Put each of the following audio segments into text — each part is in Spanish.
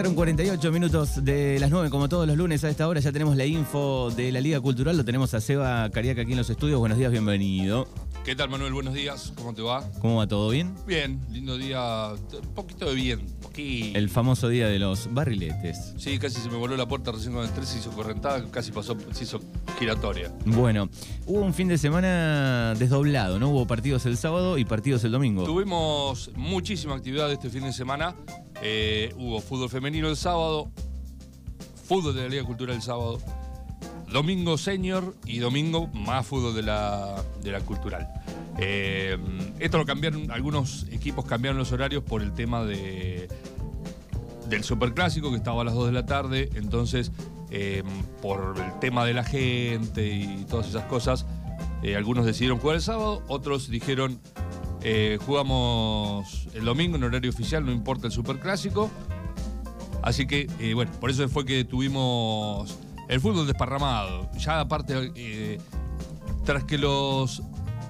Pasaron 48 minutos de las 9, como todos los lunes a esta hora. Ya tenemos la info de la Liga Cultural. Lo tenemos a Seba Cariaca aquí en los estudios. Buenos días, bienvenido. ¿Qué tal, Manuel? Buenos días. ¿Cómo te va? ¿Cómo va? ¿Todo bien? Bien, lindo día. Un poquito de bien. Poquito. El famoso día de los barriletes. Sí, casi se me voló la puerta recién con el 3, se hizo correntada, casi pasó, se hizo giratoria. Bueno, hubo un fin de semana desdoblado, ¿no? Hubo partidos el sábado y partidos el domingo. Tuvimos muchísima actividad este fin de semana. Hubo fútbol femenino el sábado, fútbol de la Liga Cultural el sábado, domingo senior y domingo más fútbol de la Cultural. Esto lo cambiaron, algunos equipos cambiaron los horarios por el tema del Superclásico, que estaba a las 2 de la tarde, entonces por el tema de la gente y todas esas cosas, algunos decidieron jugar el sábado, otros dijeron jugamos el domingo en horario oficial, no importa el Superclásico. Así que, bueno, por eso fue que tuvimos el fútbol desparramado. Ya aparte, tras que los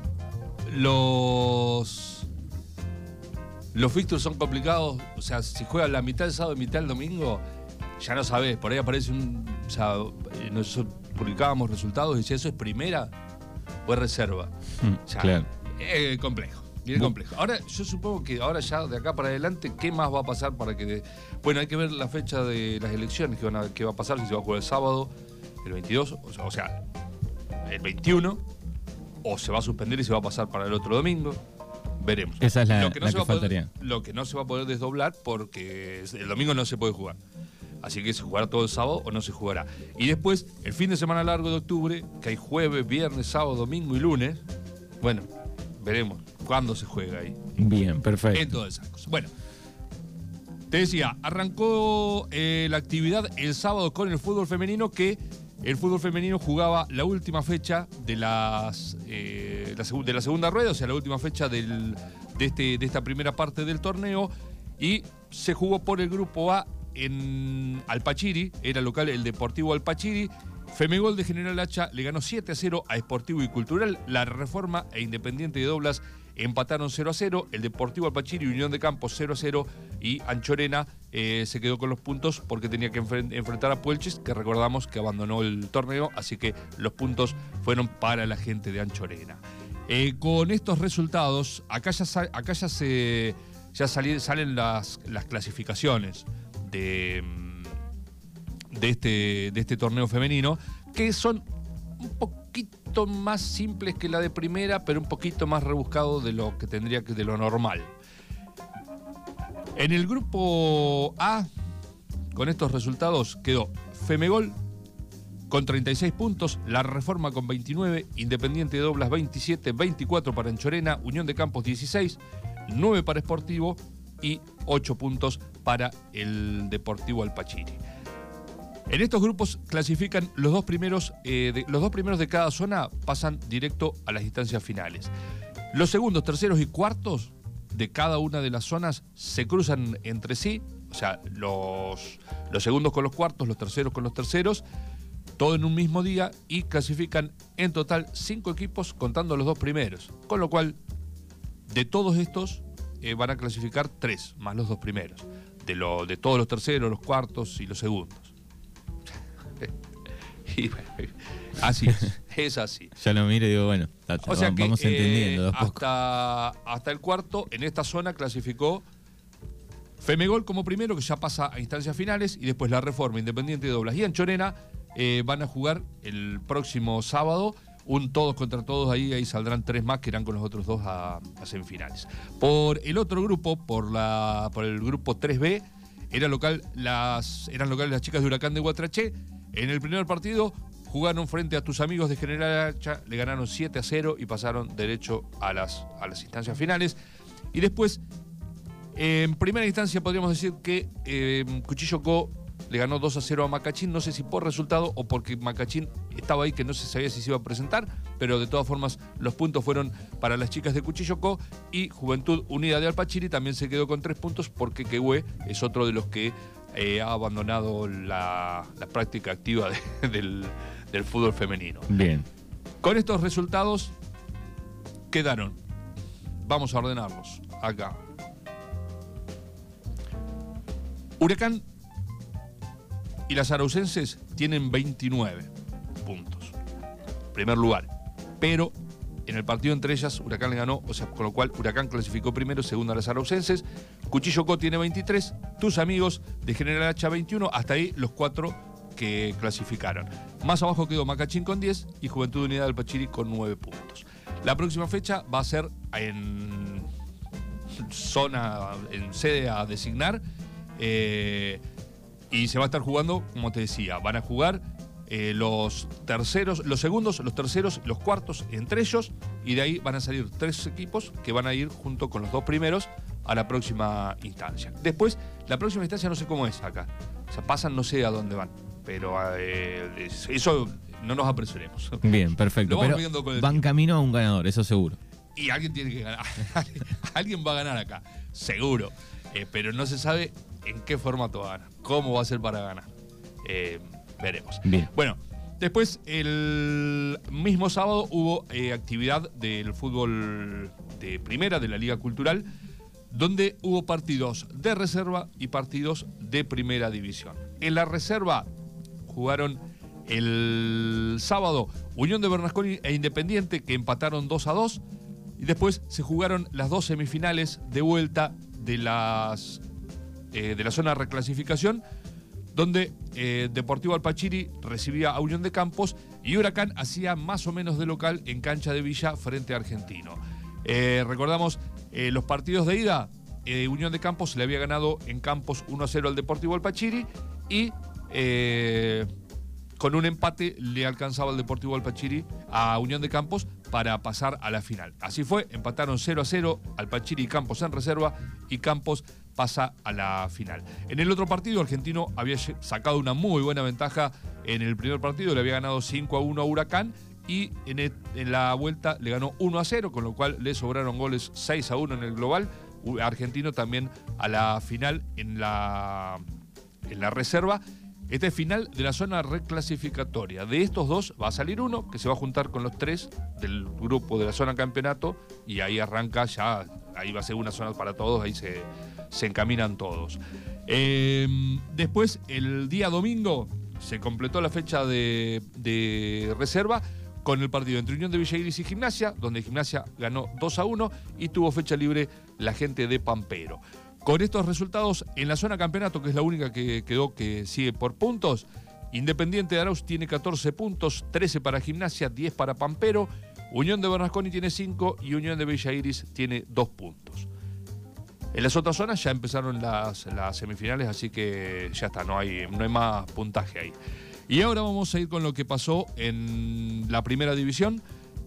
fixtures son complicados, o sea, si juegan la mitad del sábado y mitad del domingo, ya no sabés, por ahí aparece o sea, nosotros publicábamos resultados y decía, ¿eso es primera o es reserva? Claro. Complejo. Bien complejo. Ahora, yo supongo que ahora ya de acá para adelante, ¿qué más va a pasar para que... Bueno, hay que ver la fecha de las elecciones, qué va a pasar, si se va a jugar el sábado, el 22, o sea, el 21, o se va a suspender y se va a pasar para el otro domingo. Veremos. Esa es la que faltaría. Lo que no se va a poder desdoblar porque el domingo no se puede jugar. Así que se jugará todo el sábado o no se jugará. Y después, el fin de semana largo de octubre, que hay jueves, viernes, sábado, domingo y lunes, bueno, veremos cuándo se juega ahí. Bien, perfecto. En todas esas cosas. Bueno, te decía, arrancó la actividad el sábado con el fútbol femenino, que el fútbol femenino jugaba la última fecha de la segunda rueda, o sea, la última fecha de esta primera parte del torneo, y se jugó por el grupo A en Alpachiri, era local el Deportivo Alpachiri. Femegol de General Hacha le ganó 7-0 a Sportivo y Cultural. La Reforma e Independiente de Doblas empataron 0-0. El Deportivo Alpachiri y Unión de Campos 0-0. Y Anchorena se quedó con los puntos porque tenía que enfrentar a Puelches, que recordamos que abandonó el torneo. Así que los puntos fueron para la gente de Anchorena. Con estos resultados, acá ya salen las clasificaciones de este torneo femenino, que son un poquito más simples que la de primera, pero un poquito más rebuscado de lo que tendría que de lo normal. En el grupo A, con estos resultados, quedó Femegol con 36 puntos, La Reforma con 29, Independiente de Doblas 27, 24 para Anchorena, Unión de Campos 16, 9 para Sportivo y 8 puntos para el Deportivo Alpachiri. En estos grupos clasifican los dos primeros de cada zona, pasan directo a las instancias finales. Los segundos, terceros y cuartos de cada una de las zonas se cruzan entre sí, o sea, los segundos con los cuartos, los terceros con los terceros, todo en un mismo día, y clasifican en total 5 equipos contando los dos primeros. Con lo cual, de todos estos van a clasificar 3 más los dos primeros, de todos los terceros, los cuartos y los segundos. Y bueno, así es así. Ya lo miro y digo, bueno, o sea que, vamos entendiendo. Hasta el cuarto, en esta zona clasificó Femegol como primero, que ya pasa a instancias finales, y después La Reforma, Independiente de Doblas y Anchorena van a jugar el próximo sábado un todos contra todos. Ahí saldrán 3 más que irán con los otros 2 a semifinales. Por el otro grupo, por el grupo 3B, eran locales las chicas de Huracán de Guatraché. En el primer partido jugaron frente a tus amigos de General Hacha, le ganaron 7-0 y pasaron derecho a las instancias finales. Y después, en primera instancia podríamos decir que Cuchillo Co le ganó 2-0 a Macachín, no sé si por resultado o porque Macachín estaba ahí, que no se sabía si se iba a presentar, pero de todas formas los puntos fueron para las chicas de Cuchillo Co, y Juventud Unida de Alpachiri también se quedó con 3 puntos porque Quehue es otro de los que ha abandonado la práctica activa del fútbol femenino. Bien. Con estos resultados quedaron, vamos a ordenarlos acá. Huracán y las araucenses tienen 29 puntos. Primer lugar. Pero en el partido entre ellas, Huracán le ganó, o sea, con lo cual Huracán clasificó primero, segundo a las araucenses. Cuchillo Co tiene 23, tus amigos de General Hacha 21, hasta ahí los 4 que clasificaron. Más abajo quedó Macachín con 10 y Juventud Unidad del Pachiri con 9 puntos. La próxima fecha va a ser en sede a designar, y se va a estar jugando, como te decía, van a jugar los terceros, los segundos, los terceros, los cuartos entre ellos, y de ahí van a salir 3 equipos que van a ir junto con los 2 primeros a la próxima instancia. Después, la próxima instancia no sé cómo es acá. O sea, pasan, no sé a dónde van, pero eso no nos apresuremos. Bien, perfecto. Pero van camino a un ganador, eso seguro. Y alguien tiene que ganar. Alguien va a ganar acá, seguro. Pero no se sabe en qué formato va a ganar, cómo va a ser para ganar. Veremos. Bien. Bueno, después el mismo sábado hubo actividad del fútbol de primera, de la Liga Cultural, donde hubo partidos de reserva y partidos de primera división. En la reserva jugaron el sábado Unión de Bernasconi e Independiente, que empataron 2-2, y después se jugaron las 2 semifinales de vuelta de la zona de reclasificación, donde Deportivo Alpachiri recibía a Unión de Campos y Huracán hacía más o menos de local en cancha de Villa frente a Argentino. Recordamos los partidos de ida. Unión de Campos le había ganado en Campos 1-0 al Deportivo Alpachiri y con un empate le alcanzaba el Deportivo Alpachiri a Unión de Campos para pasar a la final. Así fue, empataron 0-0 Alpachiri y Campos en reserva, y Campos pasa a la final. En el otro partido, Argentino había sacado una muy buena ventaja en el primer partido, le había ganado 5-1 a Huracán, y en la vuelta le ganó 1-0, con lo cual le sobraron goles 6-1 en el global. Argentino también a la final en la reserva. Este es final de la zona reclasificatoria. De estos 2 va a salir uno que se va a juntar con los 3 del grupo de la zona campeonato, y ahí arranca ya, ahí va a ser una zona para todos, ahí se encaminan todos. Después, el día domingo, se completó la fecha de reserva con el partido entre Unión de Villa Iris y Gimnasia, donde Gimnasia ganó 2-1 y tuvo fecha libre la gente de Pampero. Con estos resultados, en la zona campeonato, que es la única que quedó que sigue por puntos, Independiente de Arauz tiene 14 puntos, 13 para Gimnasia, 10 para Pampero, Unión de Bernasconi tiene 5 y Unión de Villa Iris tiene 2 puntos. En las otras zonas ya empezaron las semifinales, así que ya está, no hay más puntaje ahí. Y ahora vamos a ir con lo que pasó en la primera división.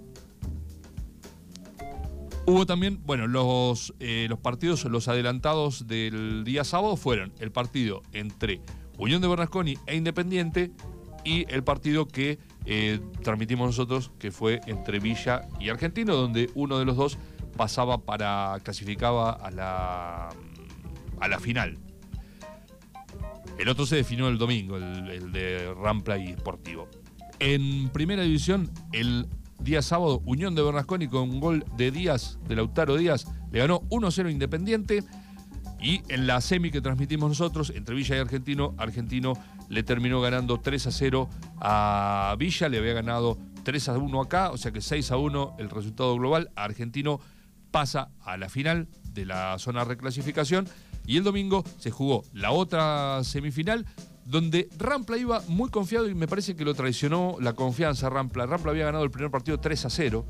Hubo también, bueno, los partidos, los adelantados del día sábado fueron el partido entre Unión de Bernasconi e Independiente y el partido que transmitimos nosotros, que fue entre Villa y Argentino, donde uno de los dos clasificaba a la final. El otro se definió el domingo, el de Rampla y Sportivo. En primera división, el día sábado, Unión de Bernasconi con un gol de Díaz, de Lautaro Díaz, le ganó 1-0 Independiente. Y en la semi que transmitimos nosotros, entre Villa y Argentino, Argentino le terminó ganando 3-0 a Villa, le había ganado 3-1 acá, o sea que 6-1 el resultado global. Argentino pasa a la final de la zona reclasificación, y el domingo se jugó la otra semifinal, donde Rampla iba muy confiado y me parece que lo traicionó la confianza Rampla. Rampla había ganado el primer partido 3-0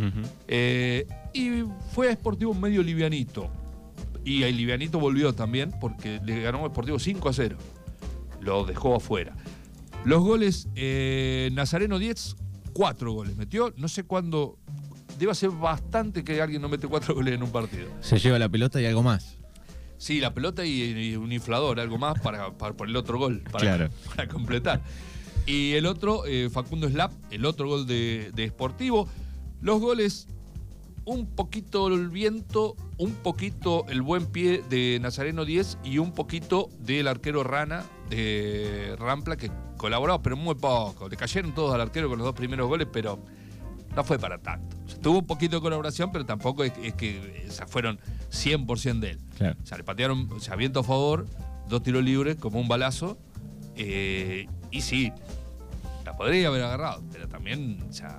y fue a Sportivo medio livianito. Y el livianito volvió también porque le ganó a Sportivo 5-0. Lo dejó afuera. Los goles, Nazareno 10, 4 goles metió. No sé cuándo. Debe ser bastante que alguien no mete 4 goles en un partido. Se lleva la pelota y algo más. Sí, la pelota y un inflador, algo más por el otro gol, para completar. Y el otro, Facundo Slap, el otro gol de Sportivo. Los goles, un poquito el viento, un poquito el buen pie de Nazareno 10 y un poquito del arquero Rana de Rampla, que colaboró, pero muy poco. Le cayeron todos al arquero con los 2 primeros goles, pero no fue para tanto. O sea, tuvo un poquito de colaboración, pero tampoco es que fueron 100% de él. Claro. O sea, le patearon, o sea, viento a favor, 2 tiros libres, como un balazo, Y sí, la podría haber agarrado, pero también, o sea,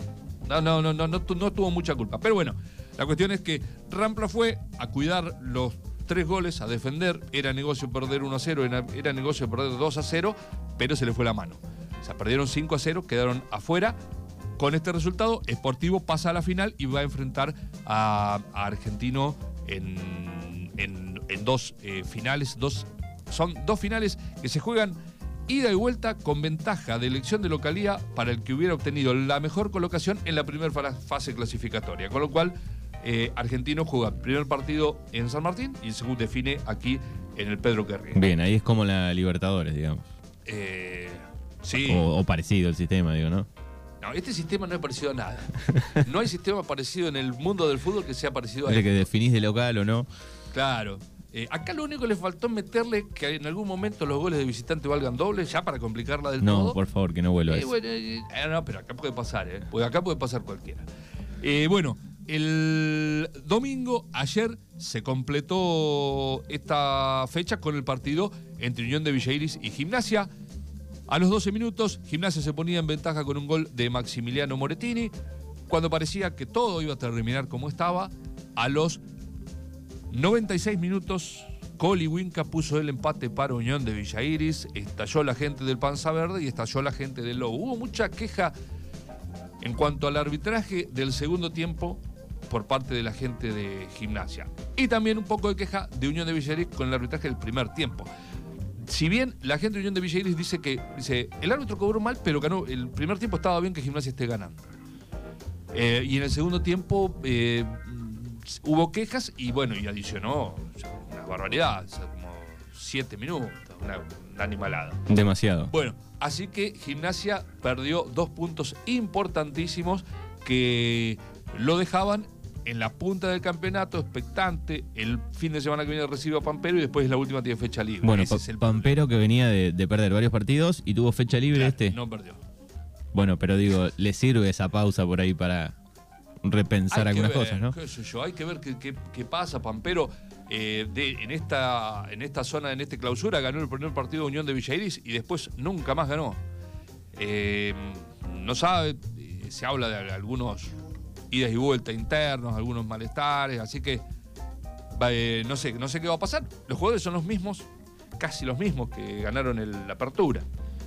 no tuvo mucha culpa. Pero bueno, la cuestión es que Rampla fue a cuidar los 3 goles, a defender. Era negocio perder 1-0, era negocio perder 2-0, pero se le fue la mano. O sea, perdieron 5-0, quedaron afuera. Con este resultado, Sportivo pasa a la final y va a enfrentar a Argentino en 2 finales. Son 2 finales que se juegan ida y vuelta con ventaja de elección de localía para el que hubiera obtenido la mejor colocación en la primera fase clasificatoria. Con lo cual, Argentino juega el primer partido en San Martín y el segundo define aquí en el Pedro Guerrero. Bien, ahí es como la Libertadores, digamos. Sí. O parecido el sistema, digo, ¿no? No, este sistema no es parecido a nada. No hay sistema parecido en el mundo del fútbol que sea parecido a el este. que definís de local o no. Claro. Acá lo único que le faltó es meterle que en algún momento los goles de visitante valgan doble, ya para complicarla del todo. No, por favor, que no vuelva a eso. Bueno, no, pero acá puede pasar, porque acá puede pasar cualquiera. Bueno, el domingo, ayer, se completó esta fecha con el partido entre Unión de Villa Iris y Gimnasia. A los 12 minutos, Gimnasia se ponía en ventaja con un gol de Maximiliano Moretini. Cuando parecía que todo iba a terminar como estaba, a los 96 minutos, Coli Winca puso el empate para Unión de Villa Iris. Estalló la gente del Panza Verde y estalló la gente del Lobo. Hubo mucha queja en cuanto al arbitraje del segundo tiempo por parte de la gente de Gimnasia. Y también un poco de queja de Unión de Villa Iris con el arbitraje del primer tiempo. Si bien la gente de Unión de Villa Iris dice el árbitro cobró mal, pero ganó. El primer tiempo estaba bien que Gimnasia esté ganando. Y en el segundo tiempo hubo quejas y bueno, y adicionó una barbaridad, o sea, como 7 minutos, una animalada. Demasiado. Bueno, así que Gimnasia perdió 2 puntos importantísimos que lo dejaban en la punta del campeonato, expectante. El fin de semana que viene recibe a Pampero y después la última tiene fecha libre. Bueno, Ese es el Pampero que venía de perder varios partidos y tuvo fecha libre. Claro, no perdió. Bueno, pero digo, le sirve esa pausa por ahí para repensar algunas cosas, ¿no? Qué sé yo, hay que ver qué pasa. Pampero en esta zona, en esta clausura, ganó el primer partido de Unión de Villa Iris y después nunca más ganó. No sabe, se habla de algunos idas y vueltas internos, algunos malestares, así que no sé qué va a pasar. Los jugadores son los mismos, casi los mismos que ganaron la apertura.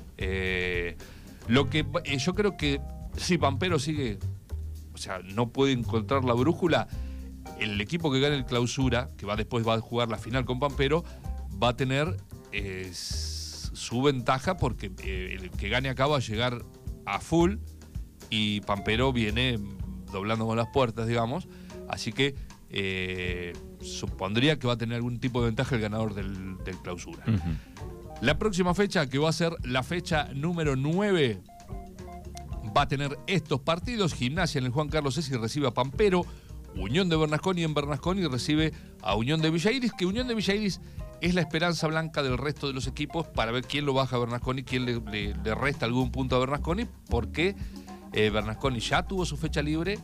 Lo que yo creo que si Pampero sigue, o sea, no puede encontrar la brújula, el equipo que gane el clausura, que después va a jugar la final con Pampero, va a tener su ventaja porque el que gane acá va a llegar a full y Pampero viene doblando con las puertas, digamos. Así que supondría que va a tener algún tipo de ventaja el ganador del clausura. La próxima fecha, que va a ser la fecha número 9, va a tener estos partidos. Gimnasia en el Juan Carlos Sesi recibe a Pampero. Unión de Bernasconi en Bernasconi recibe a Unión de Villa Iris, que Unión de Villa Iris es la esperanza blanca del resto de los equipos para ver quién lo baja a Bernasconi, quién le resta algún punto a Bernasconi, porque Bernasconi ya tuvo su fecha libre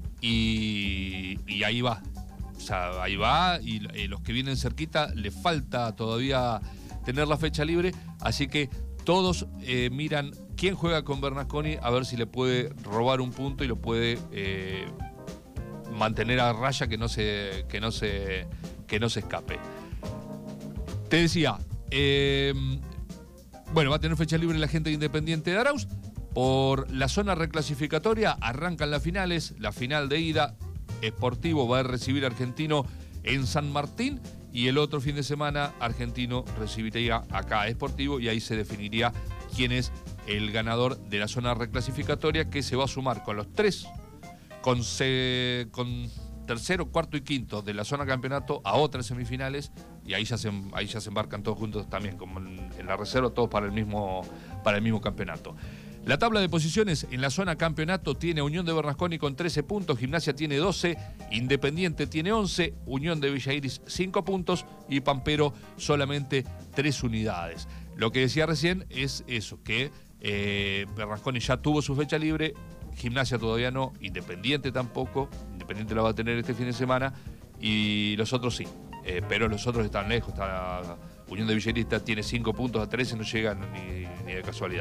y ahí va. O sea, ahí va y los que vienen cerquita le falta todavía tener la fecha libre, así que todos miran quién juega con Bernasconi a ver si le puede robar un punto y lo puede mantener a raya, que no se escape. Te decía, bueno, va a tener fecha libre la gente de Independiente de Arauz. Por la zona reclasificatoria arrancan las finales. La final de ida, Sportivo va a recibir a Argentino en San Martín y el otro fin de semana Argentino recibiría acá a Sportivo y ahí se definiría quién es el ganador de la zona reclasificatoria, que se va a sumar con los 3, con tercero, cuarto y quinto de la zona campeonato a otras semifinales y ahí ya se embarcan todos juntos también, como en la reserva, todos para el mismo campeonato. La tabla de posiciones en la zona campeonato tiene Unión de Bernasconi con 13 puntos, Gimnasia tiene 12, Independiente tiene 11, Unión de Villa Iris 5 puntos y Pampero solamente 3 unidades. Lo que decía recién es eso, que Bernasconi ya tuvo su fecha libre, Gimnasia todavía no, Independiente tampoco, Independiente la va a tener este fin de semana y los otros sí, pero los otros están lejos, está Unión de Villarista tiene 5 puntos, a 13 no llegan ni de casualidad.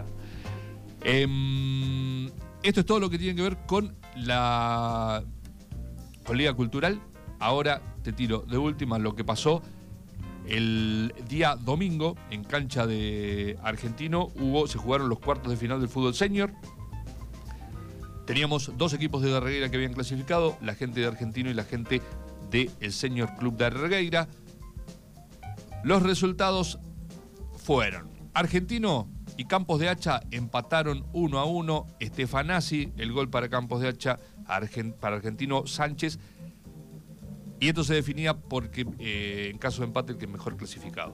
Esto es todo lo que tiene que ver con la Liga Cultural. Ahora te tiro de última lo que pasó el día domingo en cancha de Argentino. Se jugaron los cuartos de final del fútbol senior. Teníamos 2 equipos de Darregueira que habían clasificado, la gente de Argentino y la gente del Senior Club Darregueira. Los resultados fueron: Argentino y Campos de Hacha empataron 1-1. Stefanasi, el gol para Campos de Hacha, para Argentino Sánchez. Y esto se definía porque en caso de empate el que mejor clasificado.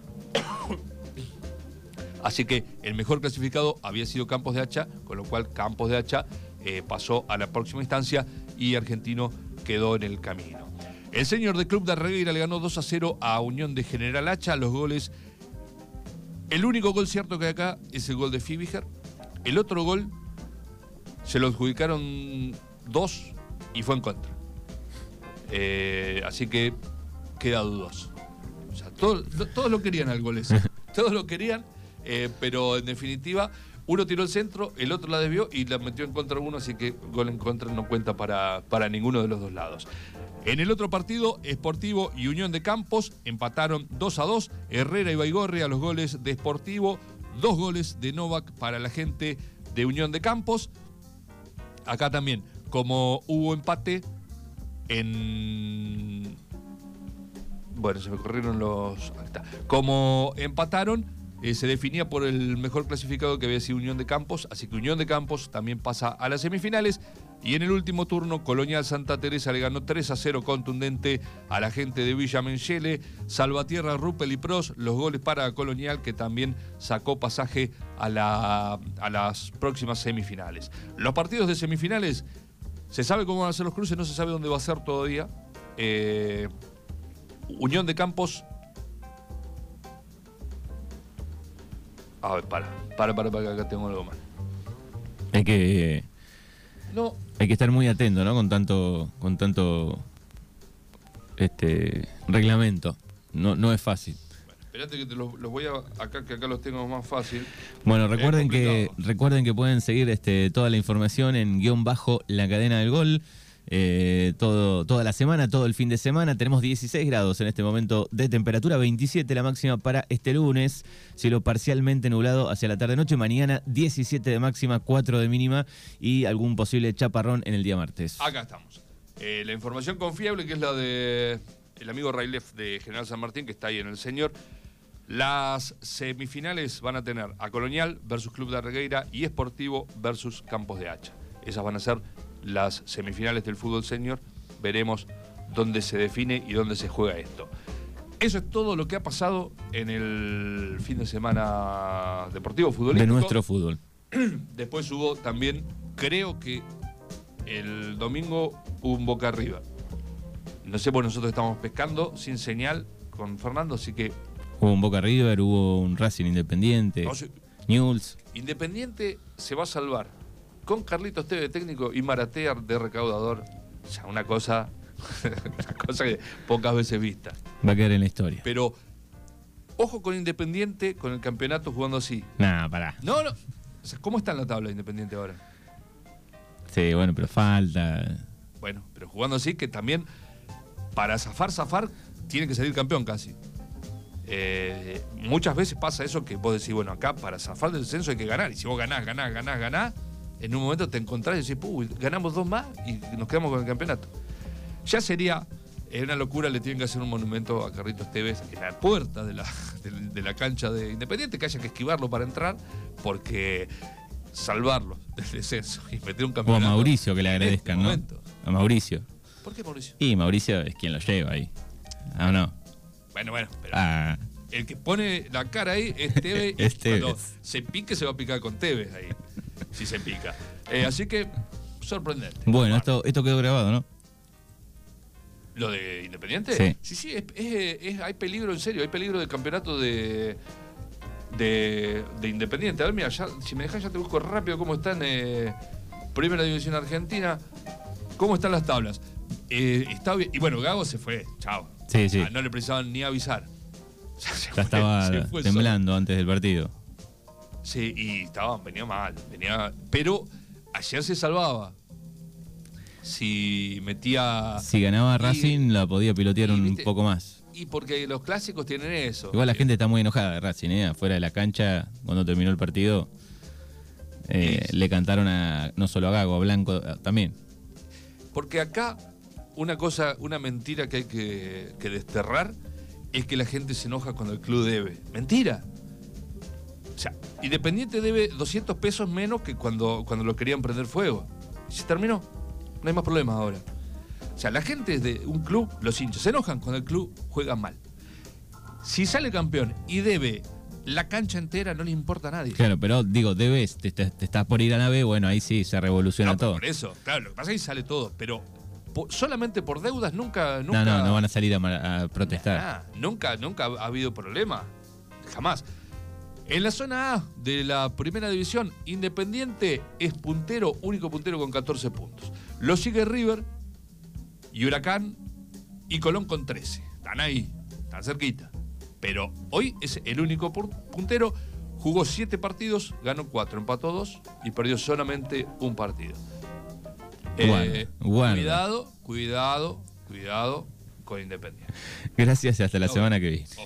Así que el mejor clasificado había sido Campos de Hacha, con lo cual Campos de Hacha pasó a la próxima instancia y Argentino quedó en el camino. El Senior de Club Darregueira le ganó 2-0 a Unión de General Hacha. Los goles, el único gol cierto que hay acá es el gol de Fibiger. El otro gol se lo adjudicaron 2 y fue en contra. Así que queda dudoso. O sea, todos lo querían al gol ese. Todos lo querían, pero en definitiva uno tiró el centro, el otro la desvió y la metió en contra uno, así que gol en contra no cuenta para ninguno de los dos lados. En el otro partido, Sportivo y Unión de Campos empataron 2-2. Herrera y Baigorri a los goles de Sportivo. 2 goles de Novak para la gente de Unión de Campos. Acá también, como hubo empate bueno, se me corrieron los... Ahí está. Como empataron, se definía por el mejor clasificado que había sido Unión de Campos, así que Unión de Campos también pasa a las semifinales. Y en el último turno, Colonial Santa Teresa le ganó 3-0 contundente a la gente de Villa Menchele. Salvatierra, Ruppel y Pros, los goles para Colonial, que también sacó pasaje a las próximas semifinales. Los partidos de semifinales, se sabe cómo van a ser los cruces, no se sabe dónde va a ser todavía. Unión de Campos... A ver, para, acá tengo algo más. Hay que estar muy atento, ¿no? Con tanto reglamento. No es fácil. Bueno, espérate que te los voy a... que acá los tengo más fácil. Bueno, recuerden que pueden seguir toda la información en _ la cadena del gol. Toda la semana, todo el fin de semana. Tenemos 16 grados en este momento de temperatura, 27 la máxima para este lunes, cielo parcialmente nublado hacia la tarde-noche. Mañana 17 de máxima, 4 de mínima y algún posible chaparrón en el día martes. Acá estamos. La información confiable, que es la de el amigo Railef de General San Martín, que está ahí en el Señor. Las semifinales van a tener a Colonial versus Club Darregueira y Sportivo versus Campos de Hacha. Esas van a ser las semifinales del fútbol senior. Veremos dónde se define y dónde se juega esto. Eso es todo lo que ha pasado en el fin de semana deportivo futbolístico. De nuestro fútbol. Después hubo también, creo que el domingo hubo un Boca River. No sé, porque nosotros estamos pescando sin señal con Fernando, así que... Hubo un Boca River, hubo un Racing Independiente, Newell's. Independiente se va a salvar con Carlitos Tevez de técnico y Maratea de recaudador. O sea, una cosa que pocas veces vista. Va a quedar en la historia. Pero ojo con Independiente, con el campeonato jugando así. Nah, pará. No. O sea, ¿cómo está en la tabla de Independiente ahora? Sí, bueno, pero falta. Bueno, pero jugando así, que también para zafar, tiene que salir campeón casi. Muchas veces pasa eso que vos decís, bueno, acá para zafar del descenso hay que ganar. Y si vos ganás, en un momento te encontrás y decís, ganamos 2 más y nos quedamos con el campeonato. Ya sería una locura, le tienen que hacer un monumento a Carlitos Tevez en la puerta de la cancha de Independiente, que haya que esquivarlo para entrar, porque salvarlo del descenso y meter un campeonato... O a Mauricio que le agradezcan, ¿no? A Mauricio. ¿Por qué Mauricio? Y Mauricio es quien lo lleva ahí. ¿Ah, no? Bueno, pero el que pone la cara ahí es Tevez. Es Tevez. Cuando se pique se va a picar con Tevez ahí, si se pica. Así que, sorprendente. Bueno, esto quedó grabado, ¿no? ¿Lo de Independiente? Sí. Sí, hay peligro, en serio, hay peligro del campeonato de Independiente. A ver, mira, si me dejas ya te busco rápido cómo está en Primera División Argentina, cómo están las tablas. Está bien. Y bueno, Gago se fue, chao. Sí. No le precisaban ni avisar. Ya estaba temblando antes del partido. Sí, y venía mal. Pero ayer se salvaba. Si ganaba Racing, la podía pilotear un poco más. Y porque los clásicos tienen eso. Igual la gente está muy enojada de Racing, afuera de la cancha, cuando terminó el partido, le cantaron no solo a Gago, a Blanco también. Porque acá una mentira que hay que desterrar es que la gente se enoja cuando el club debe. Mentira. O sea, Independiente debe 200 pesos menos que cuando lo querían prender fuego. Y se terminó. No hay más problemas ahora. O sea, la gente de un club, los hinchas, se enojan cuando el club juega mal. Si sale campeón y debe la cancha entera, no le importa a nadie. Claro, pero digo, debes, te estás por ir a la B, bueno, ahí sí se revoluciona todo. Por eso, claro, lo que pasa es que sale todo, pero solamente por deudas nunca. No van a salir a protestar. Nunca ha habido problema. Jamás. En la zona A de la primera división, Independiente es único puntero con 14 puntos. Lo sigue River y Huracán y Colón con 13. Están ahí, están cerquita. Pero hoy es el único puntero. Jugó 7 partidos, ganó 4, empató 2 y perdió solamente un partido. Cuidado con Independiente. Gracias y hasta la semana que viene.